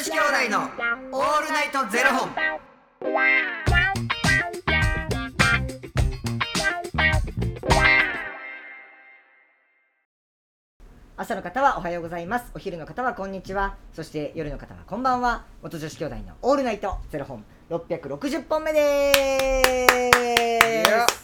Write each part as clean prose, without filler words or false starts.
子兄弟のオールナイトゼロ本。 朝の方はおはようございます。お昼の方はこんにちは。そして夜の方はこんばんは。元女子兄弟のオールナイトゼロ本660本目です。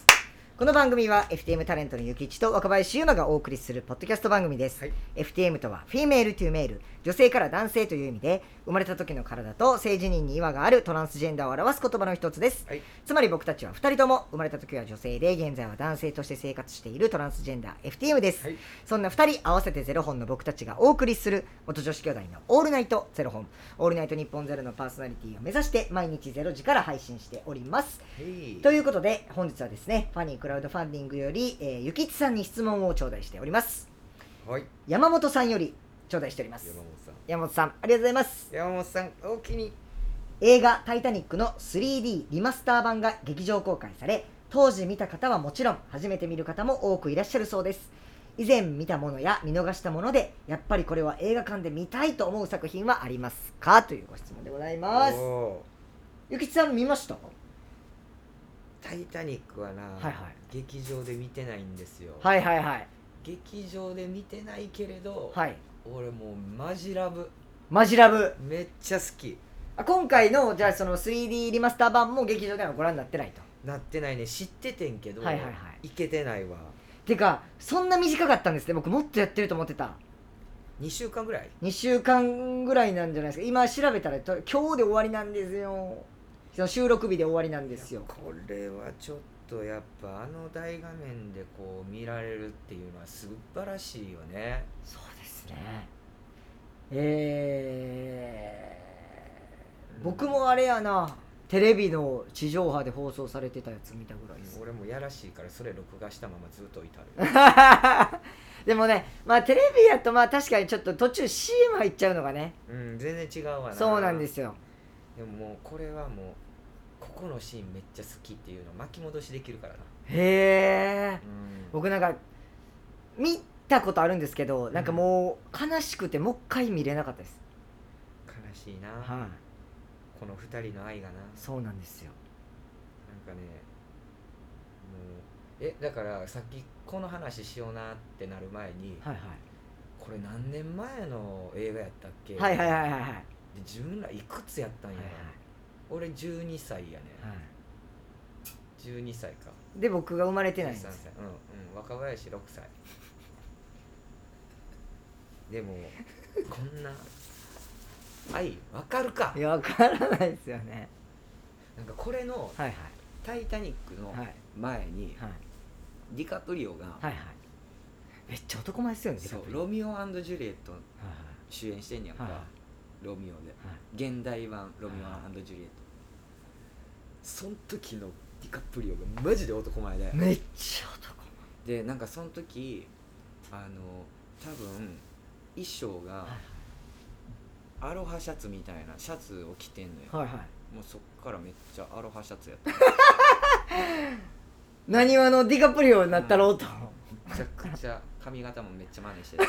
この番組は FTM タレントのゆきちと若林優馬がお送りするポッドキャスト番組です、はい、FTM とはフィメールトゥメール、女性から男性という意味で、生まれた時の体と性自認に違和があるトランスジェンダーを表す言葉の一つです、はい、つまり僕たちは2人とも生まれた時は女性で現在は男性として生活しているトランスジェンダー FTM です、はい、そんな2人合わせてゼロ本の僕たちがお送りする元女子兄弟のオールナイトゼロ本、オールナイト日本ゼロのパーソナリティを目指して毎日0時から配信しております、ということで本日はですね、ファニークラウドファンディングより、ゆきちさんに質問を頂戴しております、はい、山本さんより頂戴しております。山本さんありがとうございます。 山本さんおおきに。 映画タイタニックの 3D リマスター版が劇場公開され、当時見た方はもちろん初めて見る方も多くいらっしゃるそうです。以前見たものや見逃したものでやっぱりこれは映画館で見たいと思う作品はありますか、というご質問でございます。ゆきちさん見ました？ タイタニックはな、はいはい、劇場で見てないんですよ。 はいはいはい。 劇場で見てないけれど、 はい、 俺もうマジラブめっちゃ好き。 今回のじゃあその 3D リマスター版も劇場ではご覧になってないと？ なってないね。知っててんけど、 はいはいはい、 行けてないわ。 てかそんな短かったんですね。僕もっとやってると思ってた。 2週間ぐらい 2週間ぐらいなんじゃないですか。今調べたら今日で終わりなんですよ。その収録日で終わりなんですよ。 これはちょっとやっぱあの大画面でこう見られるっていうのは素晴らしいよね。 そうですね。僕もあれやな、テレビの地上波で放送されてたやつ見たぐらいです。 俺もやらしいからそれ録画したままずっと置いてあるでもね、まあテレビやとまあ確かにちょっと途中 CM 入っちゃうのがね、 全然違うわな。 そうなんですよ。 でももうこれはもうここのシーンめっちゃ好きっていうのを巻き戻しできるからな。 へえ、僕なんか見たことあるんですけど、なんかもう悲しくてもう一回見れなかったです。 悲しいな、 はい、 この二人の愛がな。 そうなんですよ。 なんかね、もうだからさっきこの話しようなってなる前に、はいはい、これ何年前の映画やったっけ。 はいはいはいはいはい。で自分らいくつやったんや、はいはい、俺12歳やね、はい、12歳か。 で僕が生まれてないんです。13 歳、若林6歳でもこんな愛わかるか。 いやわからないですよね。 なんかこれの、はいはい、タイタニックの前に、はい、ディカプリオが、はいはい、 めっちゃ男前ですよね。 そうロミオ&ジュリエット主演してんやんか、はいはい、ロミオで、はい、現代版ロミオ&ジュリエット、そん時のディカプリオがマジで男前で、 めっちゃ男前で、なんかその時多分衣装がアロハシャツみたいなシャツを着てんのよ、はいはい、もうそっからめっちゃアロハシャツやった何話のディカプリオになったろうと、 めちゃくちゃ髪型もめっちゃ真似してる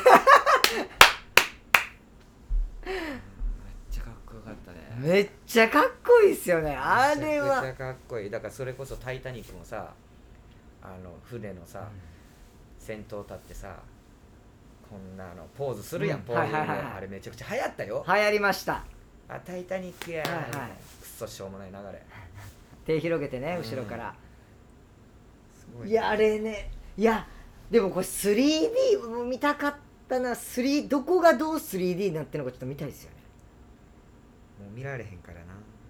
めっちゃかっこよかったね。 めっちゃかっこいいっすよね、あれは。 めちゃくちゃかっこいい。だからそれこそタイタニックもさ、船のさ、先頭立ってさ、こんなポーズするやん、ポーズで、あれめちゃくちゃ流行ったよ。 流行りました。 タイタニックや、はいはい、くっそしょうもない流れ手広げてね、後ろから、すごい、ね、いやあれね、いやでもこれ 3D も見たかったな。どこがどう 3D になってるのかちょっと見たいですよね。 もう見られへんからな。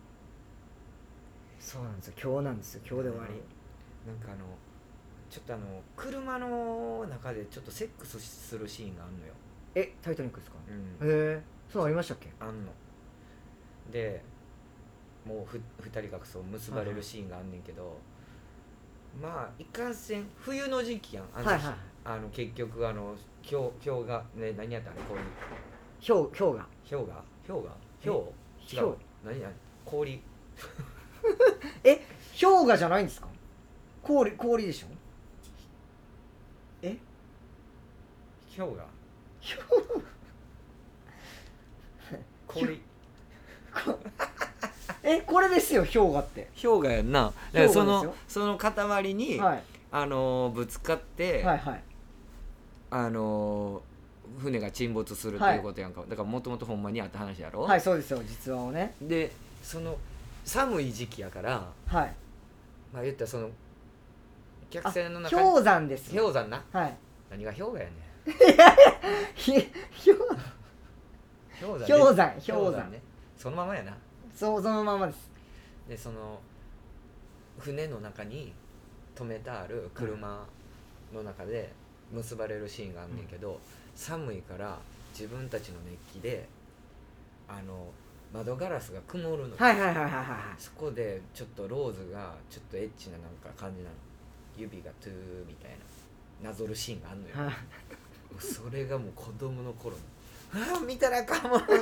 そうなんですよ、今日なんですよ。今日で終わり。 なんかちょっと車の中でちょっとセックスするシーンがあんのよ。 タイタニックですか？へえ、そうありましたっけ？ あんので、もう2人がそう結ばれるシーンがあんねんけど、まあいかんせん冬の時期やん、はいはい、結局氷がね、何やったあれ、氷何氷氷河じゃないんですか？氷でしょ。 氷河氷これですよ氷河って。 氷河やんな。だからその塊に、 はい、 ぶつかって、 はいはい、 船が沈没するっていうことやんか、だからもともとほんまにあった話やろ。 はい、そうですよ、実話をね。 でその寒い時期やから、 はい、 まあ言ったらその客船の中に氷山ですよ。 氷山な、 はい、 何が氷河やねん。 氷山ね、そのままやな。 そのままです。 でその船の中に止めてある車の中で結ばれるシーンがあんねんけど、寒いから自分たちの熱気で窓ガラスが曇るの。 はいはいはいはいはい。 そこでちょっとローズがちょっとエッチななんか感じなの。指がトゥーみたいななぞるシーンがあんのよ。それがもう子供の頃の見たらかもそ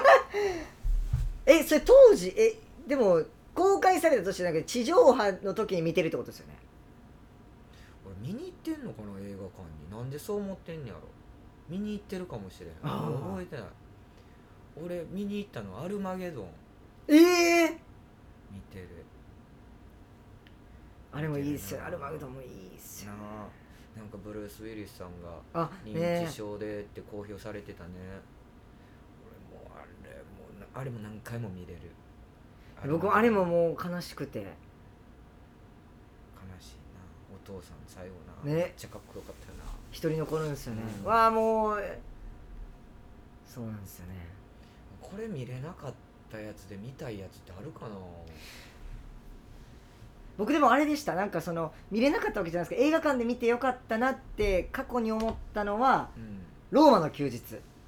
れ当時でも公開されたとしてなくて地上波の時に見てるってことですよね。 俺見に行ってんのかな映画館に。なんでそう思ってんねやろ。見に行ってるかもしれん。覚えてない。俺見に行ったのアルマゲドン。見てる。あれもいいっすよ。アルマゲドンもいいっすよな。なんかブルース・ウィリスさんが認知症でって公表されてたね。俺もあれも何回も見れる。 僕あれももう悲しくて。悲しいな。お父さん最後な、 ね、 めっちゃかっこよかったよな。 一人残るんですよね。もうそうなんですよね。 これ見れなかったやつで見たいやつってあるかな。 僕でもあれでした。なんか見れなかったわけじゃないですけど、映画館で見てよかったなって過去に思ったのは、ローマの休日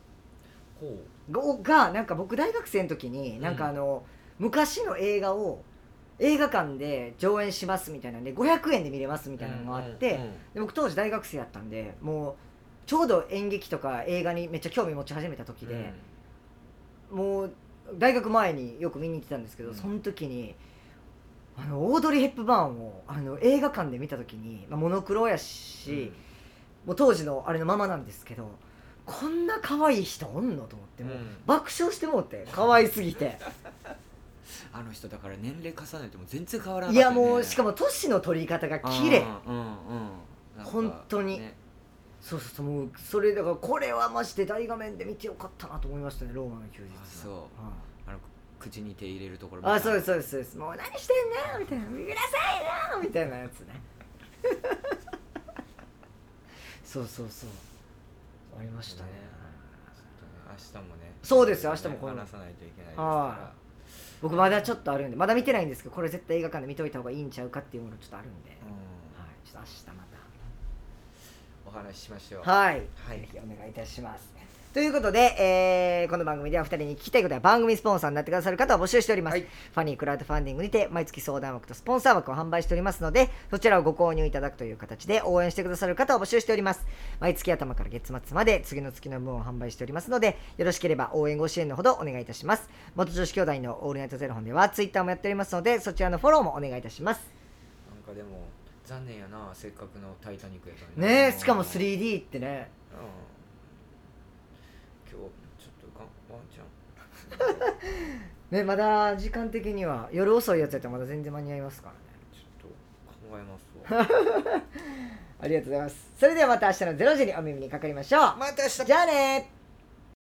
がなんか僕大学生の時になんか昔の映画を映画館で上映しますみたいなんで500円で見れますみたいなのがあって、で僕当時大学生やったんで、もうちょうど演劇とか映画にめっちゃ興味持ち始めた時で、もう大学前によく見に行ってたんですけど、その時にオードリー・ヘップバーンを映画館で見た時に、モノクロやし、もう当時のあれのままなんですけど、こんな可愛い人おんのと思って、もう爆笑してもうて、可愛すぎてあの人だから年齢重ねても全然変わらなかったよね。 いやもうしかも年の取り方が綺麗、本当に、ね、そうもうそれだからこれはマジで大画面で見てよかったなと思いましたね、ローマの休日。 そう、口に手入れるところ。 そうですもう何してんのみたいな、見なさいなみたいなやつねそうありましたね。 明日もね。 そうですよ、明日も話さないといけないですから。 僕まだちょっとあるんで、まだ見てないんですけど、これ絶対映画館で見といた方がいいんちゃうかっていうものちょっとあるんで、ちょっと明日またお話ししましょう。 はい、ぜひお願いいたします。ということで、この番組では2人に聞きたいことや番組スポンサーになってくださる方を募集しております、ファニークラウドファンディングにて毎月相談枠とスポンサー枠を販売しておりますので、そちらをご購入いただくという形で応援してくださる方を募集しております。毎月頭から月末まで次の月の分を販売しておりますので、よろしければ応援ご支援のほどお願いいたします。元女子兄弟のオールナイトゼロ本ではツイッターもやっておりますので、そちらのフォローもお願いいたします。 なんかでも残念やな、せっかくのタイタニックやからね。しかも 3D ってね。 今日ちょっとワンちゃんね、まだ時間的には夜遅いやつやったらまだ全然間に合いますからね。 ちょっと考えますわありがとうございます。それではまた明日の0時にお耳にかかりましょう。 また明日。 じゃあね。